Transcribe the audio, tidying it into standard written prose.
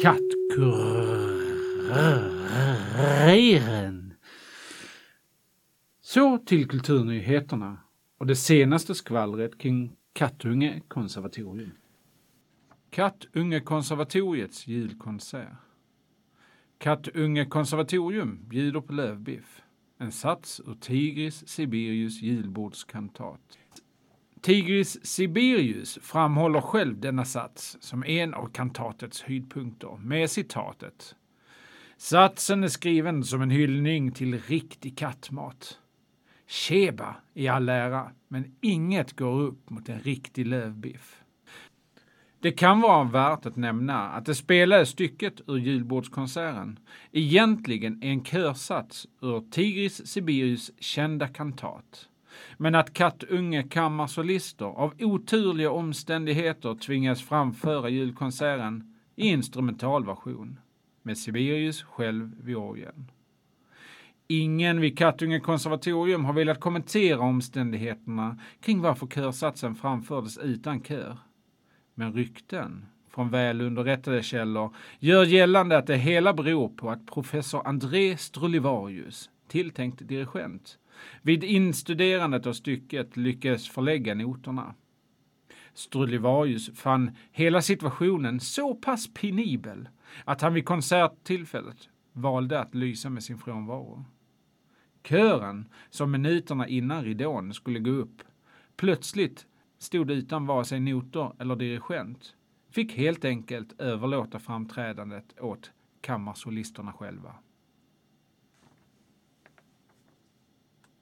Kattkuriren. Så till kulturnyheterna och det senaste skvallret kring Kattunge konservatorium. Kattunge konservatoriets julkonsert. Kattunge konservatorium bjuder på lövbiff. En sats ur Tigris Sibirius julbordskantat. Tigris Sibirius framhåller själv denna sats som en av kantatets höjdpunkter med citatet: satsen är skriven som en hyllning till riktig kattmat. Sheba i all ära, men inget går upp mot en riktig lövbiff. Det kan vara värt att nämna att det spelade stycket ur julbordskonserten egentligen är en körsats ur Tigris Sibirius kända kantat. Men att Kattunge kammarsolister av oturliga omständigheter tvingas framföra julkonserten i instrumentalversion med Sibirius själv vid orgeln. Ingen vid Kattunge konservatorium har velat kommentera omständigheterna kring varför körsatsen framfördes utan kör. Men rykten från väl underrättade källor gör gällande att det hela beror på att professor André Strulivarius, tilltänkt dirigent, vid instuderandet av stycket lyckades förlägga noterna. Strulivarius fann hela situationen så pass penibel att han vid konserttillfället valde att lysa med sin frånvaro. Kören, som minuterna innan ridån skulle gå upp, plötsligt stod utan vare sig noter eller dirigent, fick helt enkelt överlåta framträdandet åt kammarsolisterna själva.